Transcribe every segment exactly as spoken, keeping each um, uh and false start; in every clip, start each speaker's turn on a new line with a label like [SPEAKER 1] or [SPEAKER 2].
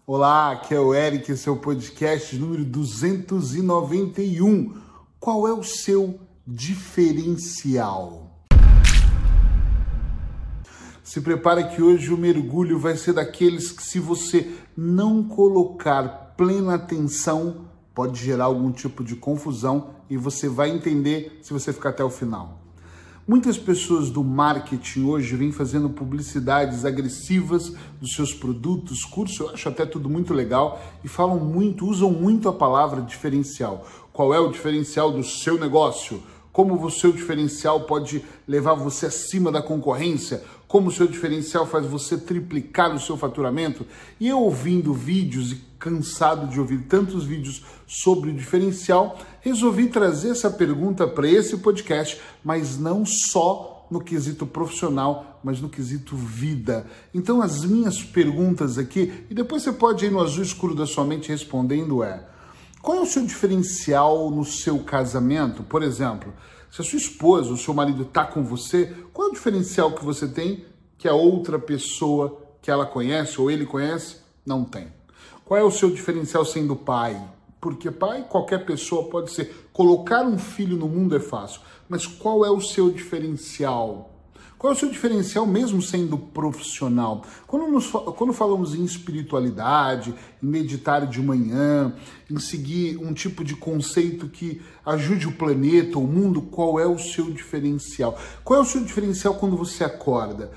[SPEAKER 1] Olá, aqui é o Eric, esse é o podcast número duzentos e noventa e um. Qual é o seu diferencial? Se prepara que hoje o mergulho vai ser daqueles que, se você não colocar plena atenção, pode gerar algum tipo de confusão e você vai entender se você ficar até o final. Muitas pessoas do marketing hoje vêm fazendo publicidades agressivas dos seus produtos, cursos, eu acho até tudo muito legal, e falam muito, usam muito a palavra diferencial. Qual é o diferencial do seu negócio? Como o seu diferencial pode levar você acima da concorrência? Como o seu diferencial faz você triplicar o seu faturamento? E eu ouvindo vídeos e cansado de ouvir tantos vídeos sobre o diferencial, resolvi trazer essa pergunta para esse podcast, mas não só no quesito profissional, mas no quesito vida. Então as minhas perguntas aqui, e depois você pode ir no azul escuro da sua mente respondendo é: qual é o seu diferencial no seu casamento? Por exemplo, se a sua esposa ou seu marido está com você, qual é o diferencial que você tem que a outra pessoa que ela conhece ou ele conhece não tem? Qual é o seu diferencial sendo pai? Porque pai, qualquer pessoa pode ser. Colocar um filho no mundo é fácil, mas qual é o seu diferencial? Qual é o seu diferencial mesmo sendo profissional? Quando, nos, quando falamos em espiritualidade, em meditar de manhã, em seguir um tipo de conceito que ajude o planeta, o mundo, qual é o seu diferencial? Qual é o seu diferencial quando você acorda?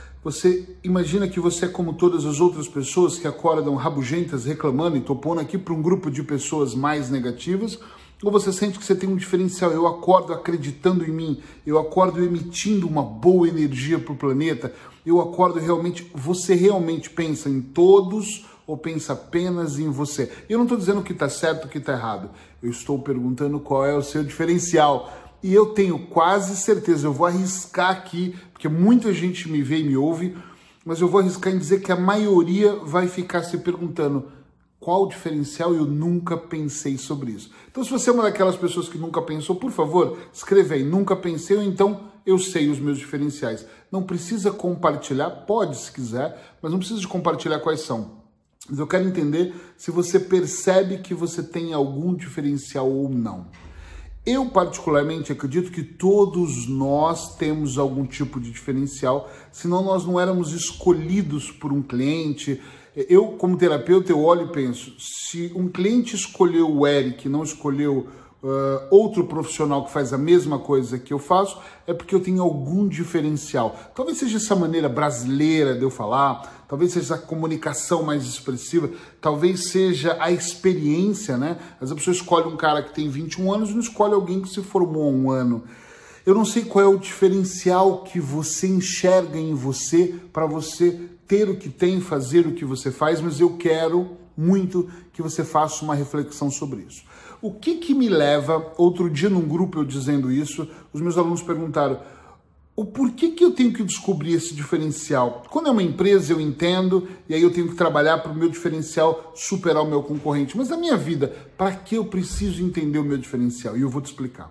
[SPEAKER 1] Você imagina que você é como todas as outras pessoas que acordam rabugentas, reclamando, e tô pondo aqui para um grupo de pessoas mais negativas, ou você sente que você tem um diferencial? Eu acordo acreditando em mim, eu acordo emitindo uma boa energia para o planeta, eu acordo realmente, você realmente pensa em todos ou pensa apenas em você? Eu não estou dizendo que está certo ou que está errado, eu estou perguntando qual é o seu diferencial. E eu tenho quase certeza, eu vou arriscar aqui, porque muita gente me vê e me ouve, mas eu vou arriscar em dizer que a maioria vai ficar se perguntando qual o diferencial. Eu nunca pensei sobre isso. Então, se você é uma daquelas pessoas que nunca pensou, por favor, escreve aí, nunca pensei, ou então eu sei os meus diferenciais. Não precisa compartilhar, pode se quiser, mas não precisa de compartilhar quais são. Mas eu quero entender se você percebe que você tem algum diferencial ou não. Eu, particularmente, acredito que todos nós temos algum tipo de diferencial, senão nós não éramos escolhidos por um cliente. Eu, como terapeuta, eu olho e penso, se um cliente escolheu o Eric, não escolheu uh, outro profissional que faz a mesma coisa que eu faço, é porque eu tenho algum diferencial. Talvez seja essa maneira brasileira de eu falar, talvez seja a comunicação mais expressiva, talvez seja a experiência, né? As pessoas escolhem um cara que tem vinte e um anos e não escolhe alguém que se formou há um ano. Eu não sei qual é o diferencial que você enxerga em você para você ter o que tem, fazer o que você faz, mas eu quero muito que você faça uma reflexão sobre isso. O que que me leva, outro dia num grupo eu dizendo isso, os meus alunos perguntaram, o porquê que eu tenho que descobrir esse diferencial? Quando é uma empresa eu entendo, e aí eu tenho que trabalhar para o meu diferencial superar o meu concorrente, mas na minha vida, para que eu preciso entender o meu diferencial? E eu vou te explicar.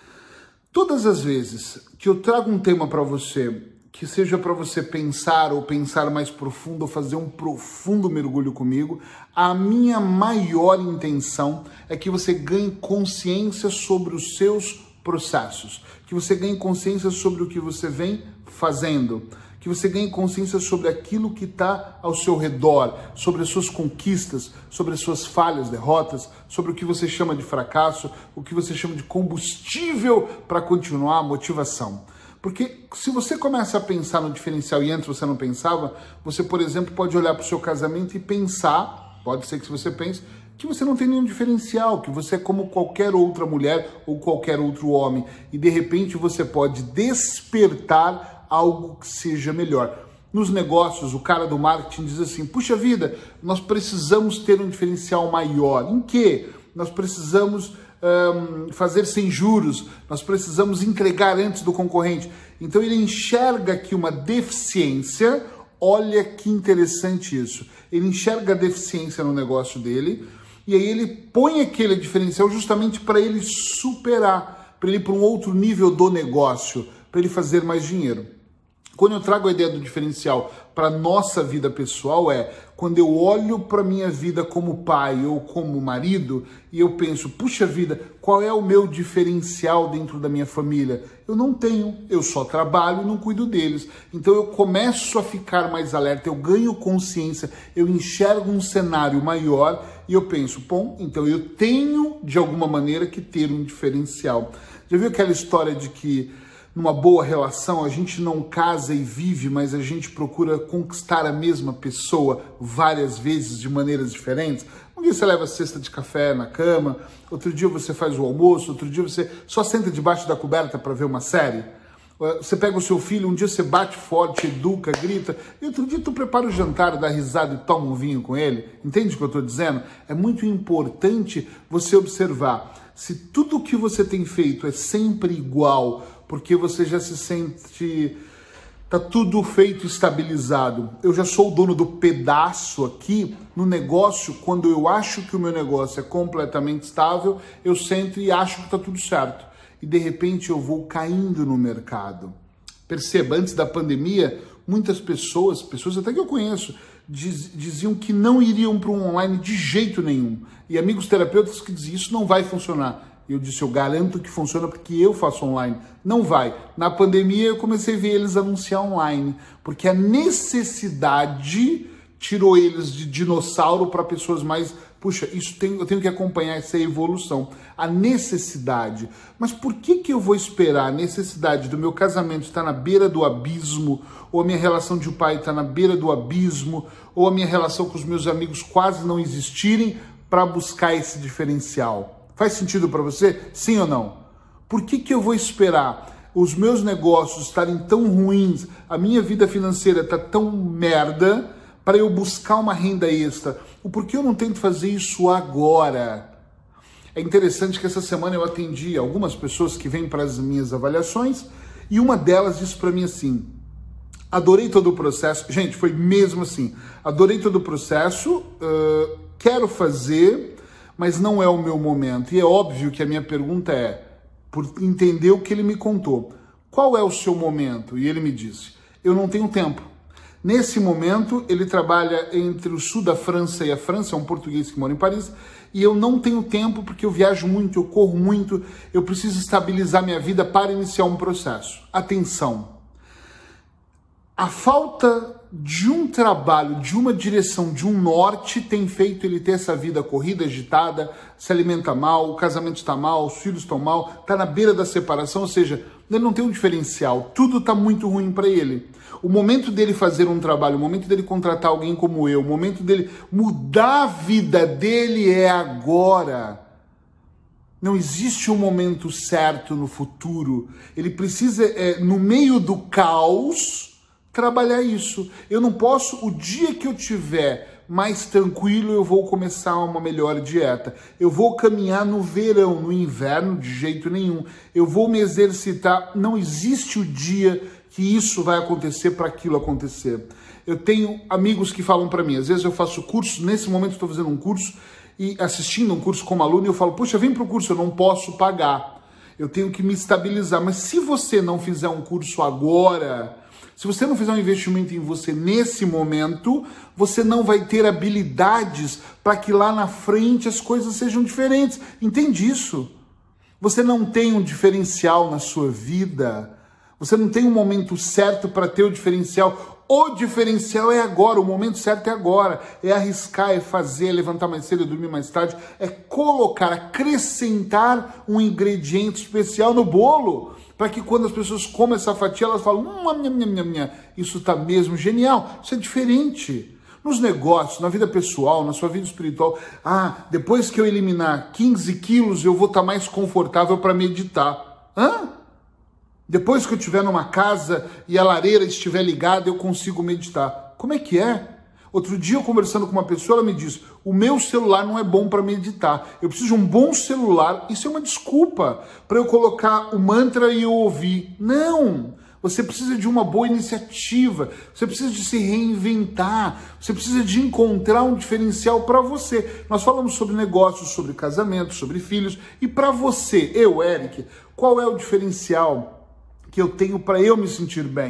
[SPEAKER 1] Todas as vezes que eu trago um tema para você, que seja para você pensar ou pensar mais profundo ou fazer um profundo mergulho comigo, a minha maior intenção é que você ganhe consciência sobre os seus processos, que você ganhe consciência sobre o que você vem fazendo, que você ganhe consciência sobre aquilo que está ao seu redor, sobre as suas conquistas, sobre as suas falhas, derrotas, sobre o que você chama de fracasso, o que você chama de combustível para continuar, motivação. Porque se você começa a pensar no diferencial e antes você não pensava, você, por exemplo, pode olhar para o seu casamento e pensar, pode ser que você pense, que você não tem nenhum diferencial, que você é como qualquer outra mulher ou qualquer outro homem. E de repente você pode despertar algo que seja melhor. Nos negócios, o cara do marketing diz assim, puxa vida, nós precisamos ter um diferencial maior. Em quê? Nós precisamos Um, fazer sem juros, nós precisamos entregar antes do concorrente. Então ele enxerga aqui uma deficiência, olha que interessante isso, ele enxerga a deficiência no negócio dele e aí ele põe aquele diferencial justamente para ele superar, para ele ir para um outro nível do negócio, para ele fazer mais dinheiro. Quando eu trago a ideia do diferencial para a nossa vida pessoal, é quando eu olho para a minha vida como pai ou como marido e eu penso, puxa vida, qual é o meu diferencial dentro da minha família? Eu não tenho, eu só trabalho e não cuido deles. Então eu começo a ficar mais alerta, eu ganho consciência, eu enxergo um cenário maior e eu penso, bom, então eu tenho de alguma maneira que ter um diferencial. Já viu aquela história de que numa boa relação, a gente não casa e vive, mas a gente procura conquistar a mesma pessoa várias vezes de maneiras diferentes? Um dia você leva a cesta de café na cama, outro dia você faz o almoço, outro dia você só senta debaixo da coberta para ver uma série. Você pega o seu filho, um dia você bate forte, educa, grita, e outro dia tu prepara o jantar, dá risada e toma um vinho com ele. Entende o que eu estou dizendo? É muito importante você observar se tudo o que você tem feito é sempre igual, porque você já se sente, tá tudo feito, estabilizado. Eu já sou o dono do pedaço aqui no negócio. Quando eu acho que o meu negócio é completamente estável, eu sento e acho que tá tudo certo. E de repente eu vou caindo no mercado. Perceba, antes da pandemia, muitas pessoas, pessoas até que eu conheço, diz, diziam que não iriam para um online de jeito nenhum. E amigos terapeutas que diziam, isso não vai funcionar. Eu disse, eu garanto que funciona porque eu faço online. Não vai. Na pandemia eu comecei a ver eles anunciar online, porque a necessidade tirou eles de dinossauro para pessoas mais... Puxa, isso tem, eu tenho que acompanhar essa evolução. A necessidade. Mas por que que eu vou esperar a necessidade do meu casamento estar na beira do abismo, ou a minha relação de pai estar na beira do abismo, ou a minha relação com os meus amigos quase não existirem para buscar esse diferencial? Faz sentido para você? Sim ou não? Por que que eu vou esperar os meus negócios estarem tão ruins, a minha vida financeira está tão merda, para eu buscar uma renda extra? O porquê eu não tento fazer isso agora? É interessante que essa semana eu atendi algumas pessoas que vêm para as minhas avaliações e uma delas disse para mim assim, adorei todo o processo. Gente, foi mesmo assim. Adorei todo o processo, uh, quero fazer... mas não é o meu momento. E é óbvio que a minha pergunta é, por entender o que ele me contou, qual é o seu momento? E ele me disse, eu não tenho tempo. Nesse momento, ele trabalha entre o sul da França e a França, é um português que mora em Paris, e eu não tenho tempo porque eu viajo muito, eu corro muito, eu preciso estabilizar minha vida para iniciar um processo. Atenção! A falta de um trabalho, de uma direção, de um norte, tem feito ele ter essa vida corrida, agitada, se alimenta mal, o casamento está mal, os filhos estão mal, está na beira da separação, ou seja, ele não tem um diferencial, tudo está muito ruim para ele. O momento dele fazer um trabalho, o momento dele contratar alguém como eu, o momento dele mudar a vida dele é agora. Não existe um momento certo no futuro. Ele precisa, é, no meio do caos, trabalhar isso. Eu não posso, o dia que eu tiver mais tranquilo, eu vou começar uma melhor dieta. Eu vou caminhar no verão, no inverno, de jeito nenhum. Eu vou me exercitar. Não existe o dia que isso vai acontecer para aquilo acontecer. Eu tenho amigos que falam para mim, às vezes eu faço curso, nesse momento estou fazendo um curso e assistindo um curso como aluno, e eu falo, puxa, vem para o curso, eu não posso pagar. Eu tenho que me estabilizar. Mas se você não fizer um curso agora... Se você não fizer um investimento em você nesse momento, você não vai ter habilidades para que lá na frente as coisas sejam diferentes. Entende isso? Você não tem um diferencial na sua vida. Você não tem um momento certo para ter o diferencial. O diferencial é agora, o momento certo é agora. É arriscar, é fazer, é levantar mais cedo, é dormir mais tarde. É colocar, acrescentar um ingrediente especial no bolo. Para que quando as pessoas comem essa fatia, elas falam, hum, minha, minha, minha, minha. Isso está mesmo genial, isso é diferente. Nos negócios, na vida pessoal, na sua vida espiritual, ah, depois que eu eliminar quinze quilos, eu vou estar tá mais confortável para meditar. Hã? Depois que eu estiver numa casa e a lareira estiver ligada, eu consigo meditar. Como é que é? Outro dia, eu conversando com uma pessoa, ela me disse, o meu celular não é bom para meditar. Eu preciso de um bom celular. Isso é uma desculpa para eu colocar o mantra e eu ouvir. Não! Você precisa de uma boa iniciativa. Você precisa de se reinventar. Você precisa de encontrar um diferencial para você. Nós falamos sobre negócios, sobre casamento, sobre filhos. E para você, eu, Eric, qual é o diferencial que eu tenho para eu me sentir bem?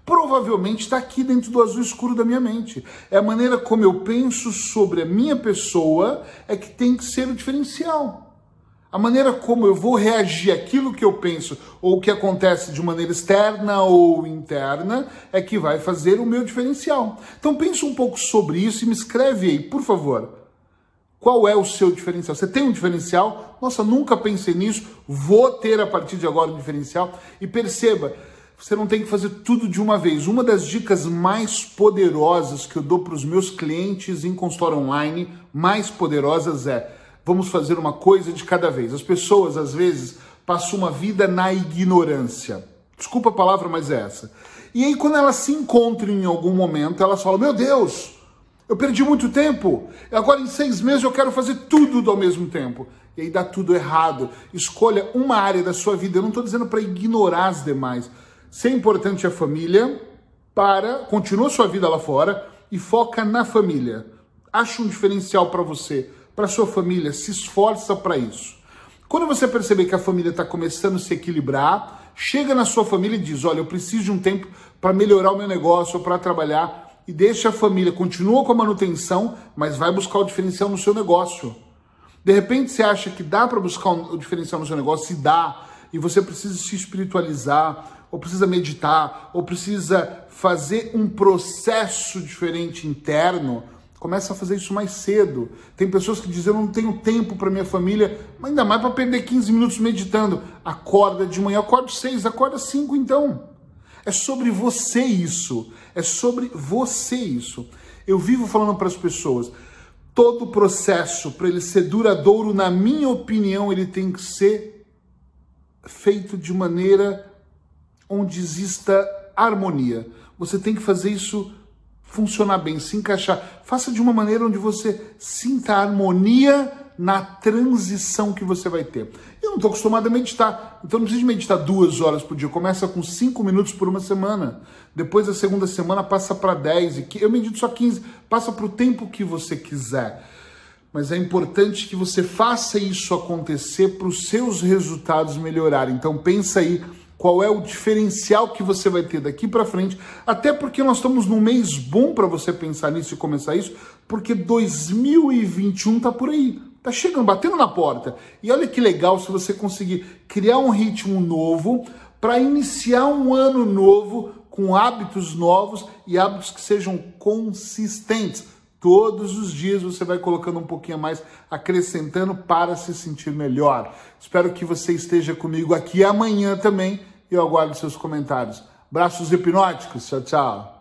[SPEAKER 1] provavelmente está aqui dentro do azul escuro da minha mente. É a maneira como eu penso sobre a minha pessoa é que tem que ser o diferencial. A maneira como eu vou reagir àquilo que eu penso ou o que acontece de maneira externa ou interna é que vai fazer o meu diferencial. Então pense um pouco sobre isso e me escreve aí, por favor. Qual é o seu diferencial? Você tem um diferencial? Nossa, nunca pensei nisso, vou ter a partir de agora um diferencial. E perceba, você não tem que fazer tudo de uma vez. Uma das dicas mais poderosas que eu dou para os meus clientes em consultório online, mais poderosas é: vamos fazer uma coisa de cada vez. As pessoas, às vezes, passam uma vida na ignorância. Desculpa a palavra, mas é essa. E aí, quando elas se encontram em algum momento, elas falam: meu Deus, eu perdi muito tempo. Agora, em seis meses, eu quero fazer tudo ao mesmo tempo. E aí dá tudo errado. Escolha uma área da sua vida. Eu não estou dizendo para ignorar as demais. Se é importante a família, para, continua sua vida lá fora e foca na família. Acha um diferencial para você, para sua família, se esforça para isso. Quando você perceber que a família está começando a se equilibrar, chega na sua família e diz: olha, eu preciso de um tempo para melhorar o meu negócio ou para trabalhar, e deixa a família, continua com a manutenção, mas vai buscar o diferencial no seu negócio. De repente você acha que dá para buscar o diferencial no seu negócio, se dá, e você precisa se espiritualizar, ou precisa meditar, ou precisa fazer um processo diferente interno. Começa a fazer isso mais cedo. Tem pessoas que dizem: eu não tenho tempo para minha família, mas ainda mais para perder quinze minutos meditando. Acorda de manhã, acorda seis, acorda cinco então. É sobre você isso. É sobre você isso. Eu vivo falando para as pessoas, todo processo, para ele ser duradouro, na minha opinião, ele tem que ser feito de maneira onde exista harmonia. Você tem que fazer isso funcionar bem, se encaixar. Faça de uma maneira onde você sinta a harmonia na transição que você vai ter. Eu não estou acostumado a meditar, então não precisa meditar duas horas por dia. Começa com cinco minutos por uma semana. Depois, a segunda semana, passa para dez. E eu medito só quinze. Passa para o tempo que você quiser. Mas é importante que você faça isso acontecer para os seus resultados melhorarem. Então pensa aí, qual é o diferencial que você vai ter daqui para frente, até porque nós estamos num mês bom para você pensar nisso e começar isso, porque dois mil e vinte e um tá por aí, tá chegando, batendo na porta. E olha que legal se você conseguir criar um ritmo novo para iniciar um ano novo com hábitos novos e hábitos que sejam consistentes. Todos os dias você vai colocando um pouquinho a mais, acrescentando para se sentir melhor. Espero que você esteja comigo aqui amanhã também. Eu aguardo seus comentários. Braços hipnóticos. Tchau, tchau.